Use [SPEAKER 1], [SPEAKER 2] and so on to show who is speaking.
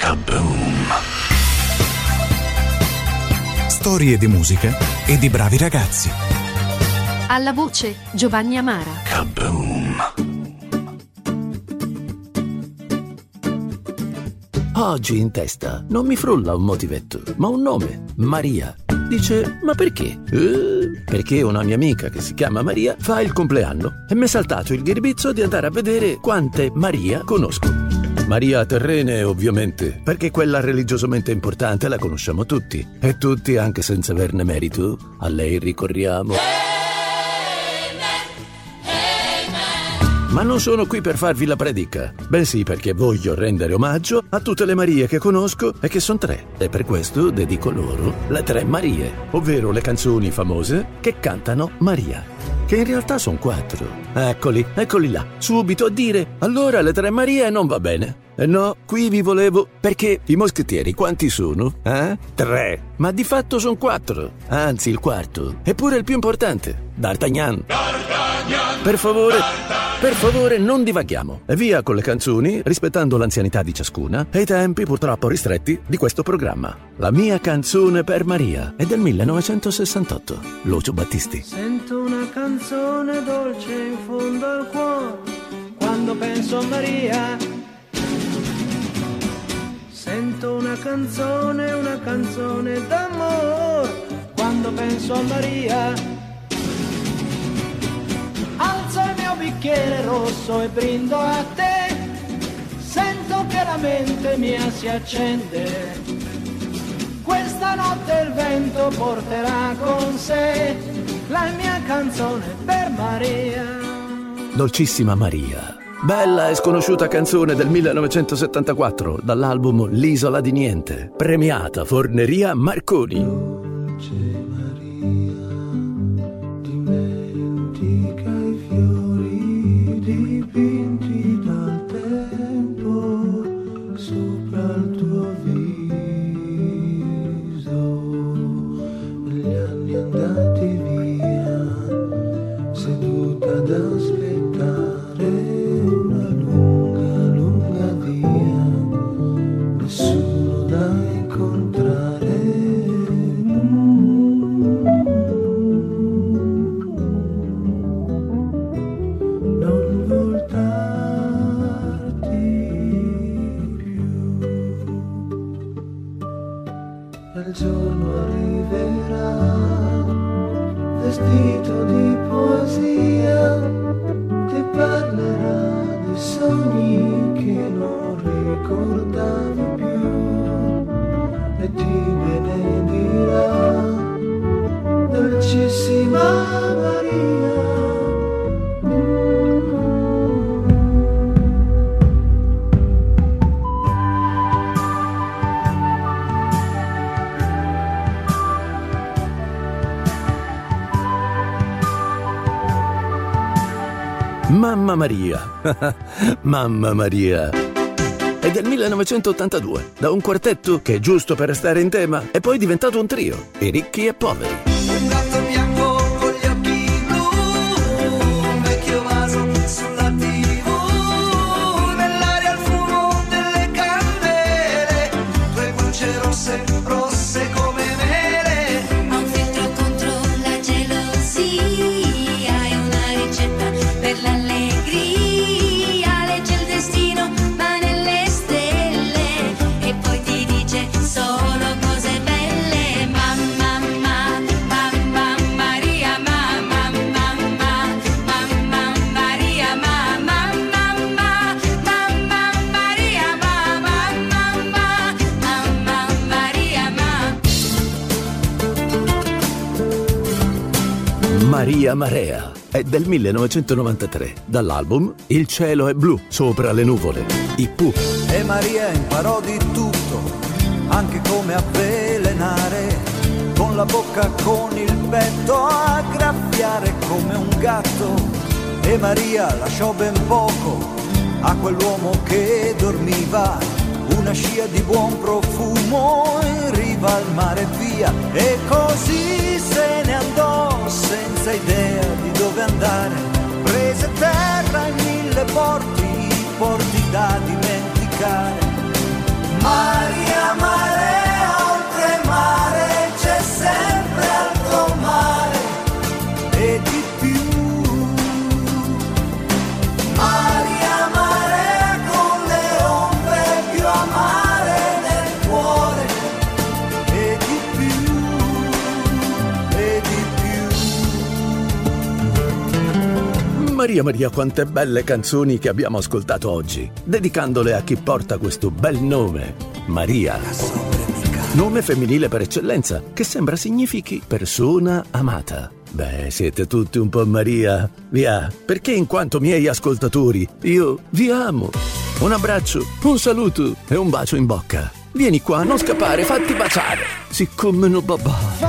[SPEAKER 1] Kaboom!
[SPEAKER 2] Storie di musica e di bravi ragazzi.
[SPEAKER 3] Alla voce Giovanni Amara.
[SPEAKER 1] Kaboom!
[SPEAKER 4] Oggi in testa non mi frulla un motivetto, ma un nome, Maria. Dice, ma perché? Perché una mia amica che si chiama Maria fa il compleanno e mi è saltato il ghiribizzo di andare a vedere quante Maria conosco. Maria Terrene, ovviamente, perché quella religiosamente importante la conosciamo tutti. E tutti, anche senza averne merito, a lei ricorriamo. Ma non sono qui per farvi la predica, bensì perché voglio rendere omaggio a tutte le Marie che conosco e che sono 3. E per questo dedico loro le 3 Marie, ovvero le canzoni famose che cantano Maria, che in realtà sono 4. Eccoli là, subito a dire, allora le 3 Marie non va bene. E no, qui vi volevo, perché i moschettieri quanti sono? 3, ma di fatto sono 4, anzi il quarto, eppure il più importante, D'Artagnan. Per favore non divaghiamo, e via con le canzoni, rispettando l'anzianità di ciascuna e i tempi purtroppo ristretti di questo programma. La mia canzone per Maria è del 1968, Lucio Battisti.
[SPEAKER 5] Sento una canzone dolce in fondo al cuore quando penso a Maria. Sento una canzone d'amore quando penso a Maria. Alzo il mio bicchiere rosso e brindo a te. Sento che la mente mia si accende. Questa notte il vento porterà con sé la mia canzone per Maria.
[SPEAKER 4] Dolcissima Maria. Bella e sconosciuta canzone del 1974 dall'album L'isola di niente, premiata Forneria Marconi.
[SPEAKER 5] Dolce Maria, dimentica i fiori dipinti dal tempo sopra il tuo viso. Negli anni andati via, seduta ad aspettare una lunga via, nessuno da incontrare. Non voltarti più, il giorno arriverà vestito di poesia, ti parlerà di sogni che non ricordavi più e ti benedirà, dolcissima Maria.
[SPEAKER 4] Mamma Maria, Mamma Maria. È del 1982, da un quartetto che, giusto per restare in tema, è poi diventato un trio, i Ricchi e Poveri.
[SPEAKER 6] Un gatto bianco con gli occhi blu, un vecchio vaso sulla TV, nell'aria il fumo delle candele, 2 bucce rosse, rosse come mele.
[SPEAKER 7] Ha un filtro contro la gelosia, è una ricetta per l'allegria, legge il destino ma nelle stelle e poi ti dice solo cose belle. Mamma Maria, mamma Maria, mamma Maria, mamma Maria,
[SPEAKER 4] Maria Marea è del 1993, dall'album Il cielo è blu sopra le nuvole, i Pooh.
[SPEAKER 6] E Maria imparò di tutto, anche come avvelenare, con la bocca, con il petto, a graffiare come un gatto. E Maria lasciò ben poco a quell'uomo che dormiva, una scia di buon profumo in riva al mare via. E così se ne andò senza idea di dove andare, prese terra in 1000 porti, porti da dimenticare. Ma
[SPEAKER 4] Maria Maria, quante belle canzoni che abbiamo ascoltato oggi, dedicandole a chi porta questo bel nome, Maria. Nome femminile per eccellenza, che sembra significhi persona amata. Beh, siete tutti un po' Maria, via, perché in quanto miei ascoltatori, io vi amo. Un abbraccio, un saluto e un bacio in bocca. Vieni qua, non scappare, fatti baciare. Siccome no babà.